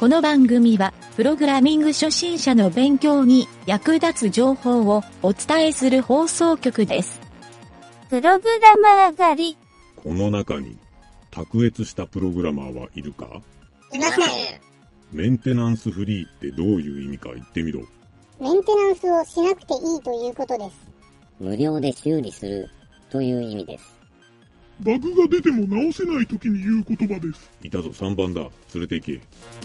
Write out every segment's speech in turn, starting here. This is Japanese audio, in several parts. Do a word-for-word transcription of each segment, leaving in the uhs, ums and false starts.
の番組は、プログラミング初心者の勉強に役立つ情報をお伝えする放送局です。 プログラマー狩り。 この中に、卓越したプログラマーはいるか？ いません。 メンテナンスフリーってどういう意味か言ってみろ。 メンテナンスをしなくていいということです。 無料で修理するという意味です。 バグが出ても直せない時に言う言葉です。 いたぞさんばんだ。連れて行け。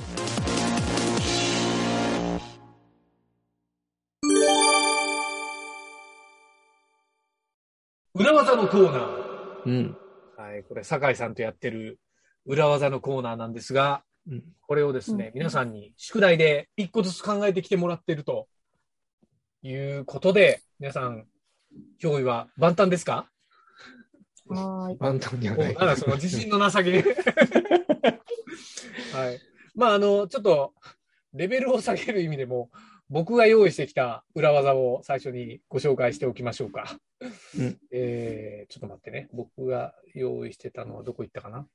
裏技のコーナー。 うん。 はい、これ酒井さんとやってる裏技のコーナーなんですが、うん、これをですね、うん、皆さんに宿題で一個ずつ考えてきてもらっているということで、皆さん、憑依は万端ですか？ はい。万端にはない。 なんだその自信のなさげ。はい。まあ、あの、ちょっと、レベルを下げる意味でも、僕が用意してきた裏技を最初にご紹介しておきましょうか。うん、えー、ちょっと待ってね。僕が用意してたのはどこ行ったかな？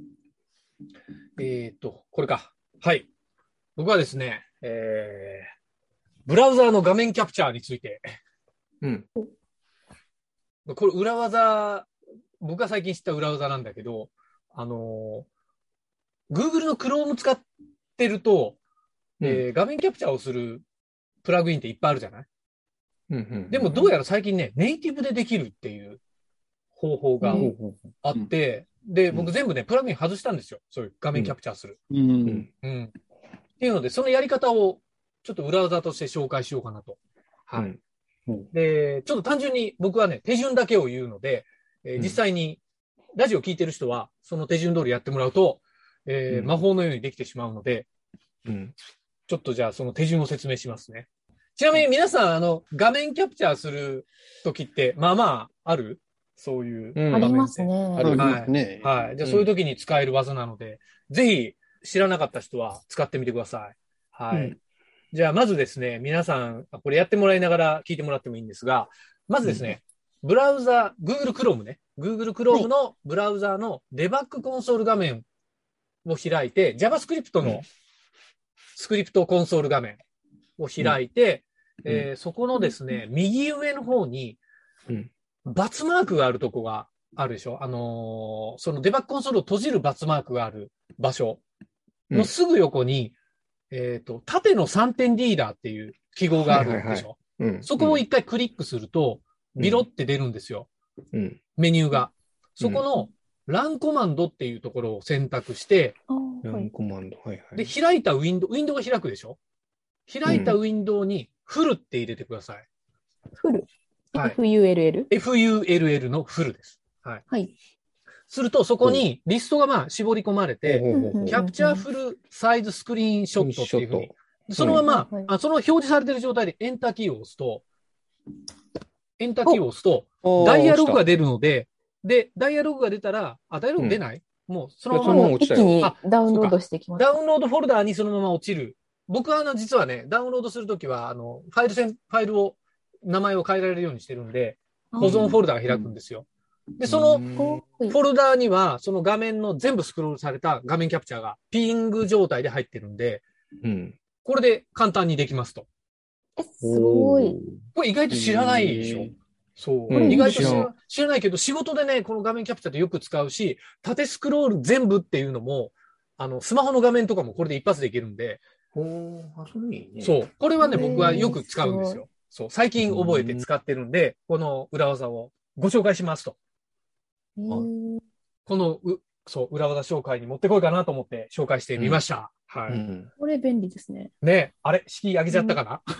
えーと、これか。はい。僕はですね、えー、ブラウザーの画面キャプチャーについて。うん。これ裏技、僕が最近知った裏技なんだけど、あのー、Google の Chrome 使ってると、うん、えー、画面キャプチャーをするプラグインっていっぱいあるじゃない？うんうんうん、でもどうやら最近ね、ネイティブでできるっていう方法があって、うん、で、僕全部ね、プラグイン外したんですよ。そういう画面キャプチャーする。うんうんうん、っていうので、そのやり方をちょっと裏技として紹介しようかなと。はい。うん、で、ちょっと単純に僕はね、手順だけを言うので、えー、実際にラジオ聞いてる人はその手順通りやってもらうと、えーうん、魔法のようにできてしまうので、うん、ちょっとじゃあその手順を説明しますね。ちなみに皆さん、あの、画面キャプチャーするときって、まあまあ、ある？そういう場面って。 ありますね。 ありますね。 はい。はい。じゃあそういうときに使える技なので、うん、ぜひ知らなかった人は使ってみてください。はい。うん、じゃあまずですね、皆さん、これやってもらいながら聞いてもらってもいいんですが、まずですね、うん、ブラウザ、Google Chrome ね。Google Chrome のブラウザのデバッグコンソール画面を開いて、JavaScript のスクリプトコンソール画面を開いて、うんえー、そこのですね、右上の方に、バツマークがあるとこがあるでしょ？あのー、そのデバッグコンソールを閉じるバツマークがある場所のすぐ横に、うん、えっと、縦のさんてんリーダーっていう記号があるでしょ？はいはいはいうん、そこを一回クリックすると、ビロって出るんですよ。うん、メニューが。そこの、ランコマンドっていうところを選択して、 ランコマンド、はいはい。 で、開いたウィンドウ、ウィンドウが開くでしょ？開いたウィンドウにフルって入れてください。 フル、はい、エフユーエルエル？ エフユーエルエル のフルです。はい。 はい。 すると、そこにリストがまあ絞り込まれて、キャプチャーフルサイズスクリーンショットっていうふうに、そのまま、うん、あその表示されている状態でエンターキーを押すと、エンターキーを押すと、ダイアログが出るので、で、ダイアログが出たら、あ、ダイアログ出ない？うん、もう、そのまま一気にダウンロードしてきます。 ダウンロードフォルダーにそのまま落ちる。僕はあの、実はね、ダウンロードするときは、あの、ファイルせん、ファイルを、名前を変えられるようにしてるんで、保存フォルダーが開くんですよ。で、そのフォルダーには、その画面の全部スクロールされた画面キャプチャーがピング状態で入ってるんで、うん、これで簡単にできますと。 え、すごい。 これ意外と知らないでしょ？そう。うん、意外と知ら、知らないけど、仕事でね、この画面キャプチャーってよく使うし、縦スクロール全部っていうのも、あの、スマホの画面とかもこれで一発でいけるんで、 おあ、それいいね。 そう。これはね、僕はよく使うんですよ。そう。最近覚えて使ってるんで、この裏技をご紹介しますと。この、う、そう、裏技紹介に持ってこいかなと思って紹介してみました。うん、はい、うん。 これ便利ですね。 ね、あれ敷居上げちゃったかな、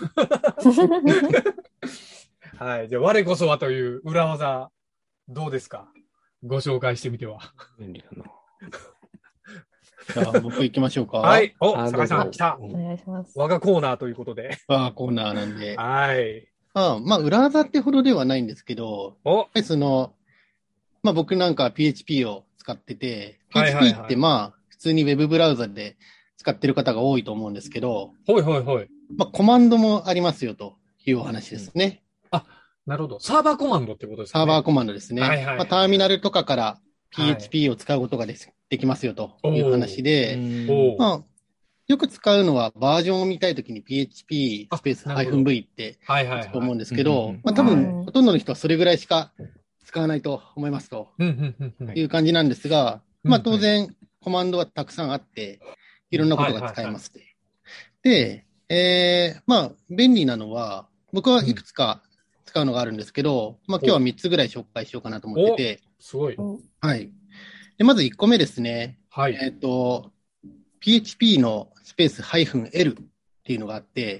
うん、はい。じゃあ、我こそはという裏技、どうですか？ご紹介してみては。 便利だな。じゃあ、僕行きましょうか。 はい。お、坂井さん来た。 お願いします。 我がコーナーということで。 我がコーナーなんで。 はい。 ああまあ、裏技ってほどではないんですけど、 おその、まあ僕なんか ピーエイチピー を使ってて、はいはいはい、ピーエイチピー ってまあ、普通にウェブブラウザで使ってる方が多いと思うんですけど、 はいはいはい。 まあ、コマンドもありますよというお話ですね。 うん、あ、なるほど。サーバーコマンドってことですかね。 サーバーコマンドですね。 はいはいはい。 まあ、ターミナルとかから ピーエイチピー を使うことがで き,、はい、できますよという話で、まあ、 よく使うのはバージョンを見たいときに ピーエイチピー スペース -v ってはいはいはい。 と思うんですけど、 うんまあ多分ほとんどの人はそれぐらいしか使わないと思いますとうんうんうんうんいう感じなんですが、 うんまあ当然コマンドはたくさんあって、いろんなことが使えますね。で、えー、まあ便利なのは、僕はいくつか使うのがあるんですけど、まあ今日はみっつぐらい紹介しようかなと思ってて、 すごい。 はい。で、まずいっこめですね。 はい。 えっと、ピーエイチピー のスペース -L っていうのがあって、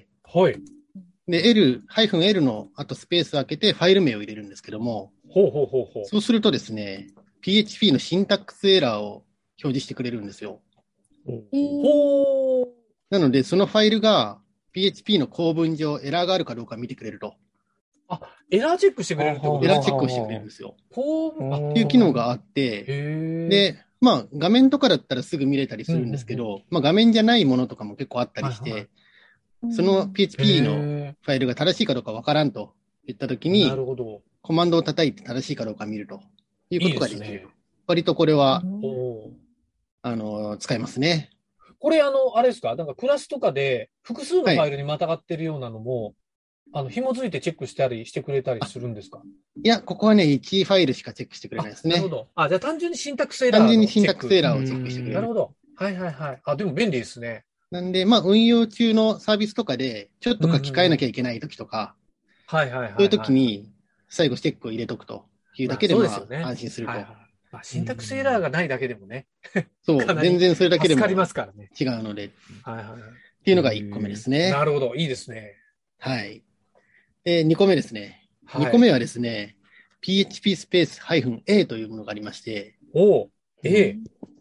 はい。 で、L、-L の後スペースを開けてファイル名を入れるんですけども、 ほうほうほうほう。 そうするとですね、ピーエイチピー のシンタックスエラーを表示してくれるんですよ。 ほう。 なので、そのファイルが ピーエイチピー の構文上エラーがあるかどうか見てくれると。 あ、エラーチェックしてくれるってことエラーチェックをしてくれるんですよ。 ほう。あっていう機能があって、 へーで、まあ画面とかだったらすぐ見れたりするんですけど、まあ画面じゃないものとかも結構あったりして、 はいはいその ピーエイチピー のへファイルが正しいかどうかわからんと言ったときーにな、るほど。 コマンドを叩いて正しいかどうか見るということができる。 いいですね割とこれは、 ほう。 あの、使えますね。 これ、あの、あれですかなんかクラスとかで複数のファイルにまたがってるようなのも、あの、紐づいてチェックしたりしてくれたりするんですか？ いや、ここはね、いちファイルしかチェックしてくれないですねなるほ。ど。あ、じゃあ単純にシンタックスエラーの単純にシンタックスエチェラーをチェックしてくれる。 ックなるほど。はいはいはい。あ、でも便利ですね。 なんで、まあ、運用中のサービスとかで、ちょっと書き換えなきゃいけないときとか、 はいはいはいはい。 そういうときに、最後ステックを入れとくというだけで、まあまあそうですよね安心すると。 はいはいまあ、シンタックスエラーがないだけでもね、 そう、 かなり全然それだけでも違助かりますからね。 うので、っはいはい。 ていうのがいっこめですね。 なるほど。いいですね。 はい。で、にこめですね。 はいにこめはですね、ピーエイチピー スペース -A というものがありまして、 おう、A。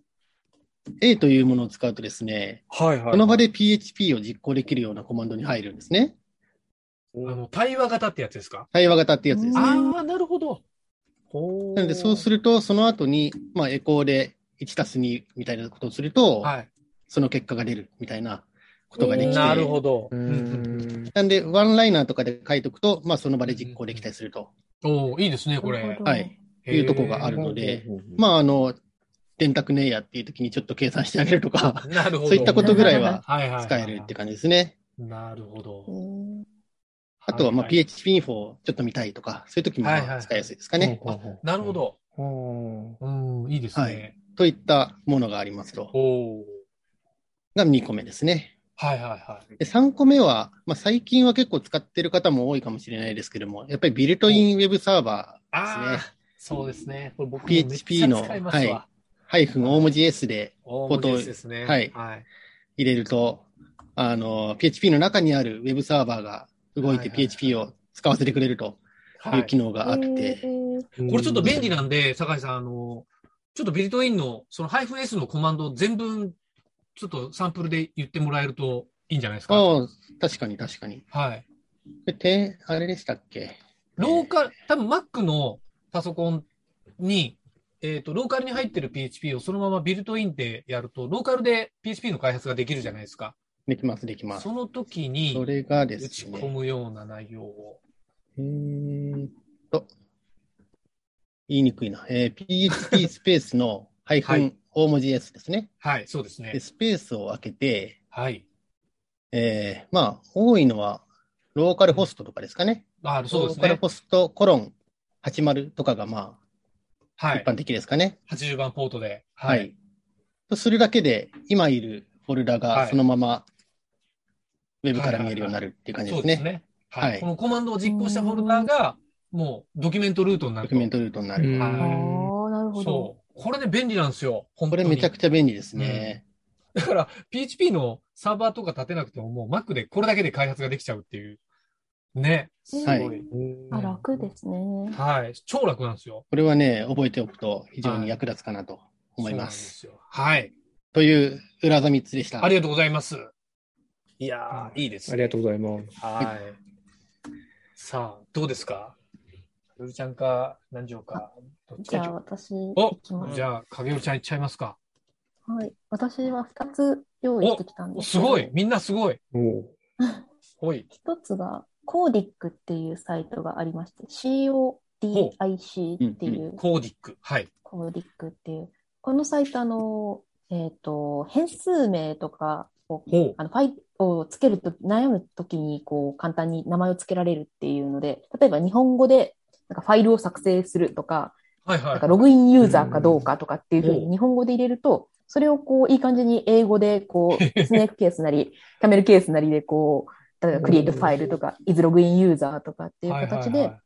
A というものを使うとですね、 はいはい。 その場で ピーエイチピー を実行できるようなコマンドに入るんですね。 あの、対話型ってやつですか？ 対話型ってやつです。 ああ、なるほど。ほう。 なので、そうすると、その後に、まあ、エコーでいちたすにみたいなことをすると、 はい。 その結果が出るみたいなことができて、 なるほど。 なんで、ワンライナーとかで書いておくと、まあ、その場で実行できたりすると、 おーいいですね、これ。 はい、いうところがあるので、 ままあ、あの、電卓ねえやっていう時にちょっと計算してあげるとか、 なるほど。 そういったことぐらいははいはいはい使えるって感じですね。 なるほど。 あとは、まあ、 いいピーエイチピー インフォをちょっと見たいとか、そういう時もまあはいはい使いやすいですかね。 なるほど。 ど。 うん、いいですはね。 い。といったものがありますと。 おーがにこめですね。 はいはいはい。 でさんこめは、まあ、最近は結構使ってる方も多いかもしれないですけども、やっぱりビルトインウェブサーバーですね。 ああ、そうですね。これ僕もピーエめっイチピー の、 ちゃ使いますわ。 はい、ハイフン大文字 S で大フォト文字ですね。 はいはい。 入れると、あの、ピーエイチピー の中にあるウェブサーバーが動いて ピーエイチピー を使わせてくれるという機能があって、 これちょっと便利なんで、酒井さん、あの、ちょっとビルトインの、その -S のコマンド全文、ちょっとサンプルで言ってもらえるといいんじゃないですか。 ああ、確かに確かに。 はい。 で、てあれでしたっけローカル、多分 Mac のパソコンに、えっと、ローカルに入ってる ピーエイチピー をそのままビルトインでやると、ローカルで ピーエイチピー の開発ができるじゃないですか。 できます、できます。 その時に、 それがで打ちすね。 込むような内容を。 えーっと、言いにくいな。えー、ピーエイチピー スペースのハイフン大文字 S ですね。 はい、そうですねで、。スペースを開けて、 はい。 えー、まあ、多いのは、ローカルホストとかですかね。 あ、そうですね。 ローカルホストコロンはちじゅうとかが、まあ、 はい。 一般的ですかね。 はちじゅうばんポートで。 はい。とするだけで、今いるフォルダがはいそのまま、ウェブから見えるようになるっていう感じですね。 そうですね。はい。 はいこのコマンドを実行したフォルダが、もうドキュメントルートになると。 ドキュメントルートになる。 うんああ、 はなるほど。 い。そう。これね、便利なんですよ。本当に。 これめちゃくちゃ便利ですね。 だから、ピーエイチピー のサーバーとか立てなくても、もう Mac でこれだけで開発ができちゃうっていう。ね。すごい。 はいあ、楽ですね。 はい。超楽なんですよ。 これはね、覚えておくと非常に役立つかなと思います。 そうなんですよ。はい。 という裏技みっつでした。 ありがとうございます。いやー、いいですね。 ありがとうございます。 はい。さあ、どうですか？ルルちゃんか、南條か。どっちじゃあが私、 おいきます。 じゃあ、影織ちゃんいっちゃいますか。 はい。私はふたつ用意してきたんですけど。 すごいみんなすごいおほい。 一つが、コーディックっていうサイトがありまして、シーオーディーアイシー っていう、 コーディック。はい。 コーディックっていう、このサイトあの、えっと、変数名とかこうあのファイルをつけると悩むときにこう簡単に名前をつけられるっていうので、例えば日本語でなんかファイルを作成するとか、 はいはいはい、 なんかログインユーザーかどうかとかっていうふうに日本語で入れると、それをこういい感じに英語でこうスネークケースなりキャメルケースなりでこう例えばクリエイトファイルとかイズログインユーザーとかっていう形で、はいはいはい、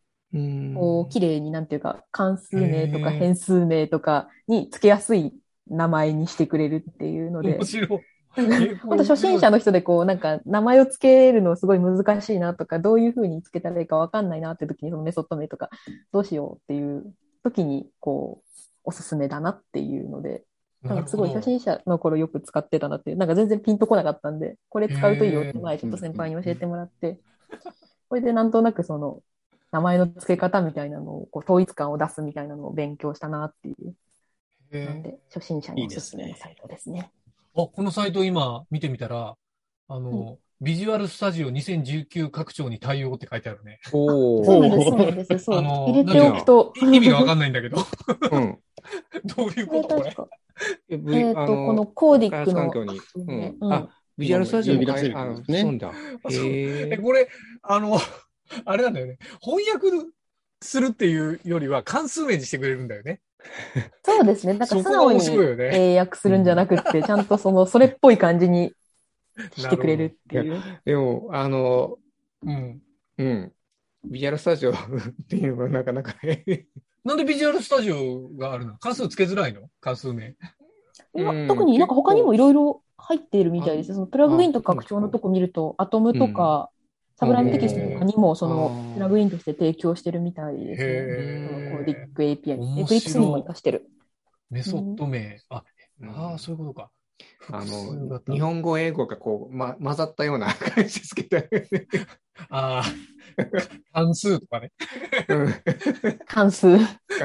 こう綺麗になんていうか関数名とか変数名とかにつけやすい名前にしてくれるっていうので、 面白い。 本当初心者の人でこうなんか名前をつけるのすごい難しいなとか、どういうふうにつけたらいいかわかんないなって時にそのメソッド名とかどうしようっていう時にこうおすすめだなっていうので、なんかすごい初心者の頃よく使ってたなっていう、なんか全然ピンとこなかったんで、これ使うといいよって前ちょっと先輩に教えてもらって、これでなんとなくその名前の付け方みたいなのをこう統一感を出すみたいなのを勉強したなっていう。なんで初心者におすすめのサイトですね。 あ、このサイト今見てみたら、あの、うん、ビジュアルスタジオにせんじゅうきゅう拡張に対応って書いてあるね。 おー。そうなんです、そうなんです。そう。入れておくと。 意味がわかんないんだけど。うん。どういうことこれ。 えっと、このコーディックの。 うんうん、あ、ビジュアルスタジオに出せるんですね。そうだ。 え、これ、あの、あれなんだよね。翻訳するっていうよりは関数名にしてくれるんだよね。 そうですね。なんか素直に英訳するんじゃなくて、ちゃんとその、それっぽい感じにしてくれるっていう。 でも、あの、うん、うん。ビジュアルスタジオっていうのはなかなかね。 なんでビジュアルスタジオがあるの？関数つけづらいの？関数名。 いや、特になんか他にもいろいろ入っているみたいです。そのプラグインと拡張のとこ見ると、アトムとか、サブライムテキストとかにも、その、プラグインとして提供してるみたいですね。そのコーディック エーピーアイ。エクリプスにも出してる。 メソッド名。あ、ああ、そういうことか。 あの、日本語、英語がこう、ま、混ざったような感じですけど。 ああ、関数とかね。 関数。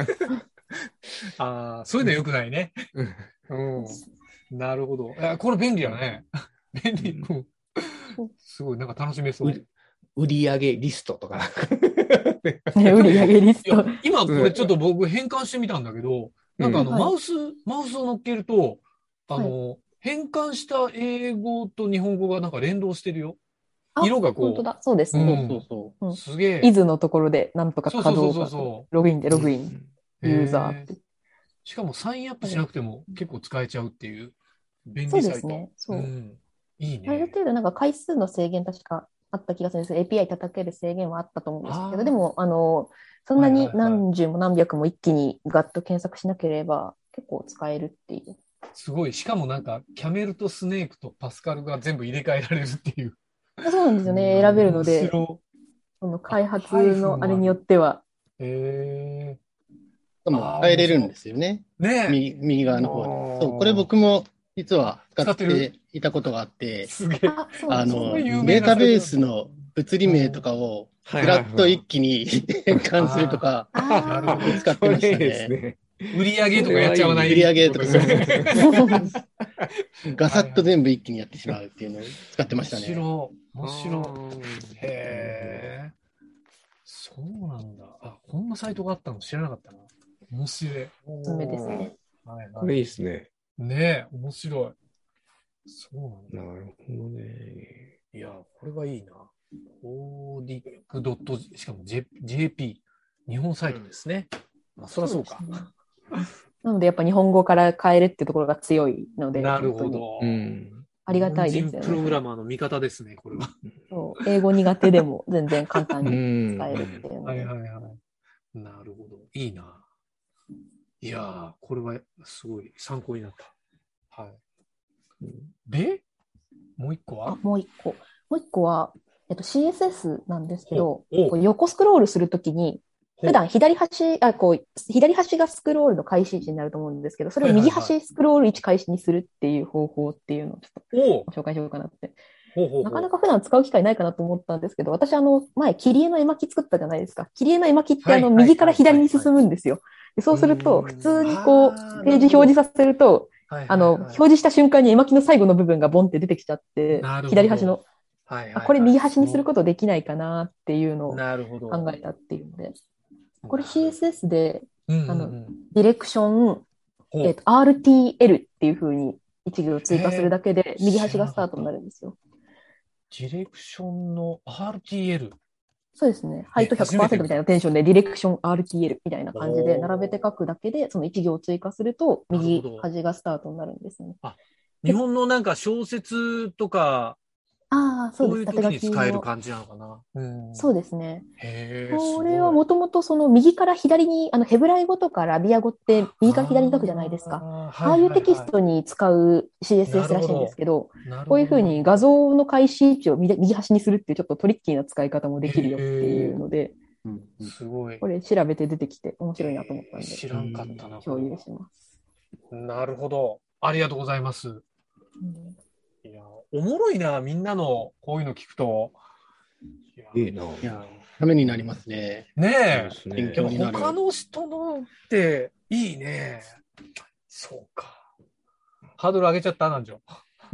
ああ、そういうの良くないね。うん。なるほど。これ便利だね。便利。すごい、なんか楽しめそう。 売上リストとか。 売上リスト。 今これちょっと僕変換してみたんだけど、なんかあの、マウス、マウスを乗っけると、あの、変換した英語と日本語がなんか連動してるよ。色がこう。 本当だ。そうですね。 そうそう。すげえ。 イズのところでなんとか稼働か。ログインでログイン。ユーザーって。 しかもサインアップしなくても結構使えちゃうっていう便利サイト。そうですね。そう。いいね。 ある程度なんか回数の制限確かあった気がするんですけど、エーピーアイ 叩ける制限はあったと思うんですけど、でも、あの、そんなに何十も何百も一気にガッと検索しなければ結構使えるっていう。 すごい。しかもなんか、キャメルとスネークとパスカルが全部入れ替えられるっていう。 そうなんですよね。選べるので、その開発のあれによっては。 へー。でも変えれるんですよね。 ね右、右側の方に。そう、これ僕も実は使っていたことがあって、 すげえ。 あの、データベースの物理名とかを、ぐらっと一気に変換するとか、使ってましたね。 売り上げとかやっちゃわない。 売り上げとか、ガサッと全部一気にやってしまうっていうのを使ってましたね。 面白い。面白い。へえ。そうなんだ。あ、こんなサイトがあったの知らなかったな。面白い。 おすすめですね。 はいはい、これいいですね。 ねえ、面白い。そうなんだ。なるほどね。 いや、これはいいな。コーディックドット、しかも J、ジェーピー、日本サイトですね。まあ、そりゃそうか。 なので、やっぱ日本語から変えるっていうところが強いので。 なるほど。 うん、ありがたいですよね。 プログラマーの味方ですね、これは。 そう。英語苦手でも全然簡単に使えるっていうので。 はいはいはい。なるほど。いいな。いやー、これはすごい参考になった。はい。で、もう一個はあ、もう一個。もう一個は、えっと、シーエスエス なんですけど、こう横スクロールするときに、普段左端、あ、こう、左端がスクロールの開始位置になると思うんですけど、それを右端スクロール位置開始にするっていう方法っていうのをちょっとご紹介しようかなって。ほうほうほう、なかなか普段使う機会ないかなと思ったんですけど、私あの、前、切り絵の絵巻き作ったじゃないですか。切り絵の絵巻きってあの、右から左に進むんですよ。でそうすると、普通にこう、ページ表示させると、あの、表示した瞬間に絵巻きの最後の部分がボンって出てきちゃって、左端の。はいはいはい、これ右端にすることできないかなっていうのを考えたっていうので。これ シーエスエス で、うんうんうん、あの、ディレクション、えっと、アールティーエル っていう風にいち行追加するだけで、右端がスタートになるんですよ。 ディレクションの アールティーエル。 そうですね。ハイト ひゃくパーセント みたいなテンションで、ディレクション アールティーエル みたいな感じで並べて書くだけで、そのいち行追加すると、右端がスタートになるんですね。 あ、日本のなんか小説とか、 ああ、そうです。 そういう時に使える感じなのかな。 うん、そうですね。 へー、 これはもともとその右から左に、あのヘブライ語とかアラビア語って右から左に書くじゃないですか。あ, ああいうテキストに使う シーエスエス らしいんですけど、どこういうふうに画像の開始位置を 右, 右端にするっていうちょっとトリッキーな使い方もできるよっていうので、 すごい。 これ調べて出てきて面白いなと思ったんで。 知らんかったな。 共有します。 なるほど。ありがとうございます。うん、いや、おもろいな、みんなのこういうの聞くと。 いいな。いや、ためになりますね。 ねえ。 ね、勉強になる。 他の人のっていいね。そうか。ハードル上げちゃった、なんじゃ。 うん。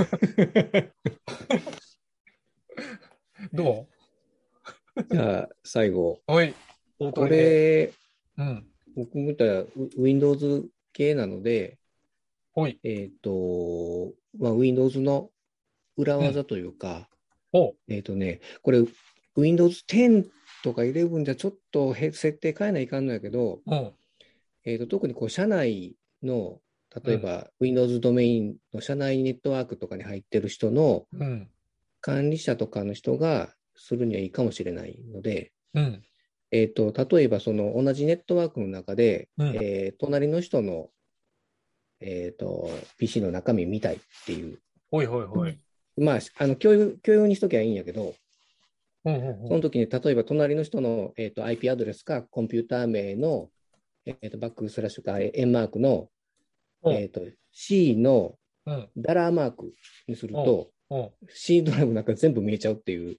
どうじゃあ、最後。 はい。 これ、 うん、 僕見たら Windows 系なので、 はい。 えっと、まあ、Windows の裏技というか、 うん、 えっとね、これ Windows テンとかイレブンじゃちょっと設定変えないかんのやけど、 うん、 えっと、特にこう社内の、例えば Windows ドメインの社内ネットワークとかに入ってる人の管理者とかの人がするにはいいかもしれないので、 うん、 えっと、例えばその同じネットワークの中で、 うん、 えー、隣の人のえっと、ピーシー の中身見たいっていう。 ほいほいほい。 まあ、あの、共有、共有にしときゃいいんやけど、 うんうんうん、 その時に、例えば隣の人の、えーと、アイピー アドレスか、コンピューター名の、えーと、バックスラッシュか、円マークの、えーと、C のダラーマークにすると、C ドライブなんか全部見えちゃうっていう。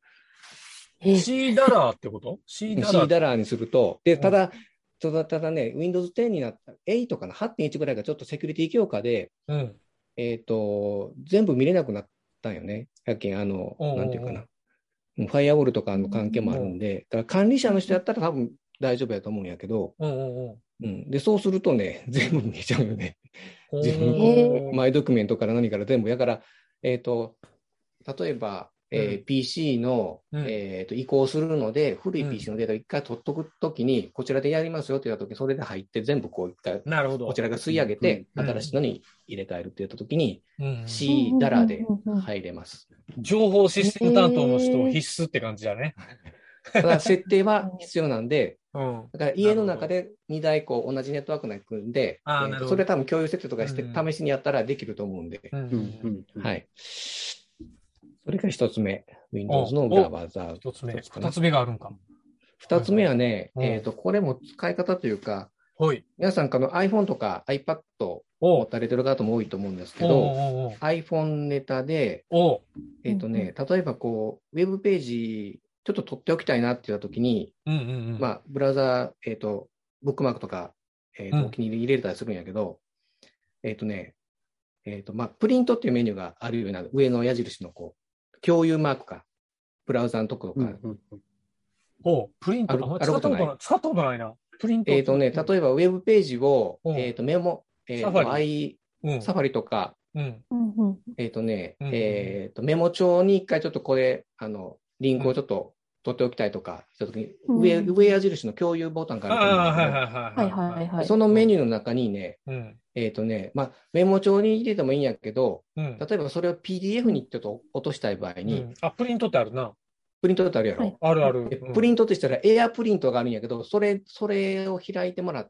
C ダラーってこと ?C ダラー。C ダラーにすると、で、ただ、ただ、ただね、Windows テンになった、エイトかな、はちてんいち ぐらいがちょっとセキュリティ強化で、 うん、 えっと、全部見れなくなったんよね。やけん、あの、なんていうかな。ファイアウォールとかの関係もあるんで、だから管理者の人やったら多分大丈夫やと思うんやけど、 うんうん、で、そうするとね、全部見えちゃうよね。自分のマイドキュメントから何から全部。だから、えっと、例えば、えー、ピーシー の、うん、えー、と移行するので、古い ピーシー のデータを一回取っとくときに、こちらでやりますよって言ったとき、それで入って全部こう一回、 なるほど。 こちらが吸い上げて、うん、新しいのに入れ替えるって言ったときに、うん、C ダラで入れます。 情報システム担当の人必須って感じだね。 ただ設定は必要なんで、うん、だから家の中でにだいこう同じネットワーク内に組んで、えー、それ多分共有設定とかして試しにやったらできると思うんで。はい。それが一つ目。Windows の裏技。 一つ目。二つ目があるんか。 二つ目はね、はいはい、えっと、これも使い方というか、 はい、 皆さんかの iPhone とか iPad を持たれてる方も多いと思うんですけど、iPhone ネタで、えっとね、例えばこう、ウェブページ、ちょっと取っておきたいなって言ったときに、 うんうんうん、 まあ、ブラウザー、えっと、ブックマークとか、えっと、お気に入り入れたりするんやけど、うん、えっとね、えっと、まあ、プリントっていうメニューがあるような、上の矢印のこう、共有マークか、ブラウザのところか。うんうんうん、 おプリントある使ったことない。使ったことないな。プリント。 えっとね、例えばウェブページを、えっと、メモ、えっと、サファリ、うん、サファリとか、 うん、 えっとね、うん、えっと、メモ帳に一回ちょっとこれ、あの、リンクをちょっと取っておきたいとか、したときに、うん、上、上矢印の共有ボタンがあると思うんですけど、そのメニューの中にね、うん、えっとね、まあ、メモ帳に入れてもいいんやけど、うん、例えばそれを ピーディーエフ にちょっと落としたい場合に、うん、 あ、プリントってあるな。 プリントってあるやろ、はい、 あるある、 うん。プリントってしたらエアプリントがあるんやけど、それ、それを開いてもらって、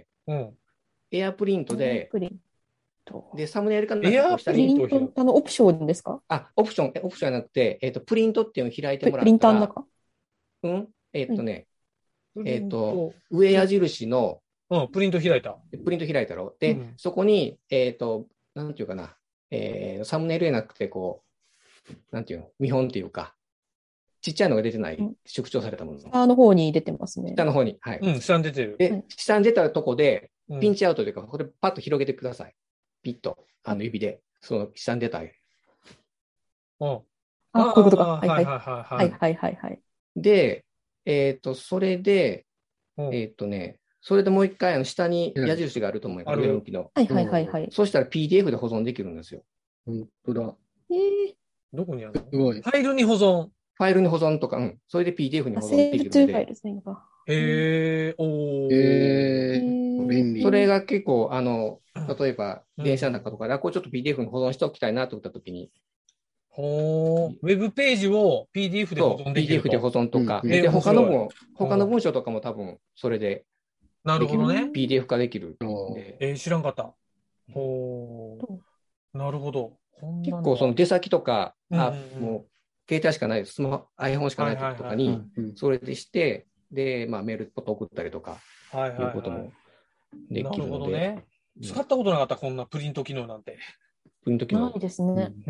うん、エアプリントで、 プリントで、サムネイルかなエアプリントあの、オプションですか？ あ、オプション、オプションじゃなくて、えっと、プリントっていうのを開いてもらったら、 プリンターの中うん、えっとね、うん、えっと、上矢印の、 うん、プリント開いた。 プリント開いたろ。で、うん、そこに、えっと、なんていうかな、えー、サムネイルじゃなくて、こう、なんていうの、見本っていうか、ちっちゃいのが出てない、うん、縮小されたもの。 下の方に出てますね。 下の方に。はい。 うん、下に出てる。 で、下に出たとこで、ピンチアウトというか、これパッと広げてください。ピッと、あの指で、その下に出た。うん。 あ、こういうことか。はいはい。はいはいはいはい。 で、えっと、それで、えっとね、 それでもう一回、あの、下に矢印があると思います。上向きの。 はいはいはいはい。 そうしたら ピーディーエフ で保存できるんですよ。 本当だ。 えー、 どこにあるの？ すごい。 ファイルに保存。 ファイルに保存とか、うん。それで ピーディーエフ に保存できるので。 セーブトゥーファイルですね、今。 へー、おー。 へー、便利。 それが結構、あの、例えば、電車の中とかで、これちょっと ピーディーエフ に保存しておきたいなと思ったときに、 ほー。ウェブページを ピーディーエフ で保存できると。 ピーディーエフ で保存とか。 うん、 で、他のも、他の文章とかも多分、それで、 なるほどね。 ピーディーエフ 化できる。 えー、知らんかった。ほー。なるほど。 結構、その出先とか、あ、もう、携帯しかない、スマホ、iPhone しかない時とかに、それでして、で、まあ、メールポッと送ったりとか、 はいはい、はい、 いうこともできるので。なるほどね。 使ったことなかった、こんなプリント機能なんて。 プリント機能。 ないですね。 うん。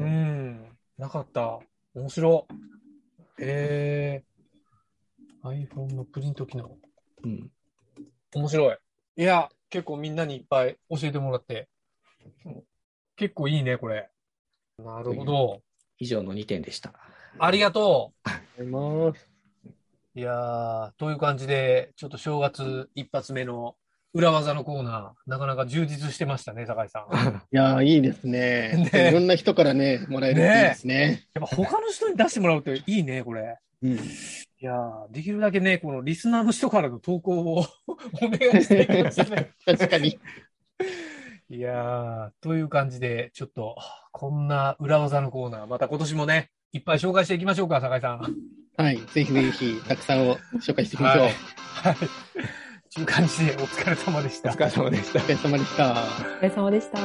なかった。面白い。えー、iPhone のプリント機能。 うん。 面白い。いや、結構みんなにいっぱい教えてもらって。結構いいね、これ。なるほど。 以上のにてんでした。 ありがとう。ありがとうございます。 いやー、という感じで、ちょっと正月一発目の裏技のコーナー、なかなか充実してましたね、酒井さん。 いやー、いいですね。ね、いろんな人からね、もらえるっていいですね。 ね、やっぱ他の人に出してもらうっていいね、これ。 うん。いやー、できるだけね、このリスナーの人からの投稿をお願いしていきましたね。 確かに。 いやー、という感じで、ちょっと、こんな裏技のコーナー、また今年もね、いっぱい紹介していきましょうか、酒井さん。 はい、ぜひぜひ、たくさんを紹介していきましょう。はい。 はい。という感じで、お疲れ様でした。 お疲れ様でした。 お疲れ様でした。 お疲れ様でした。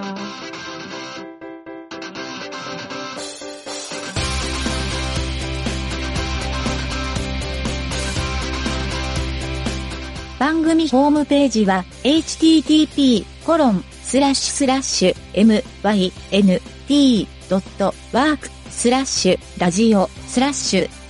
番組ホームページは エイチティーティーピーコロンスラッシュスラッシュエムワイエヌティードットワークスラッシュラジオスラッシュ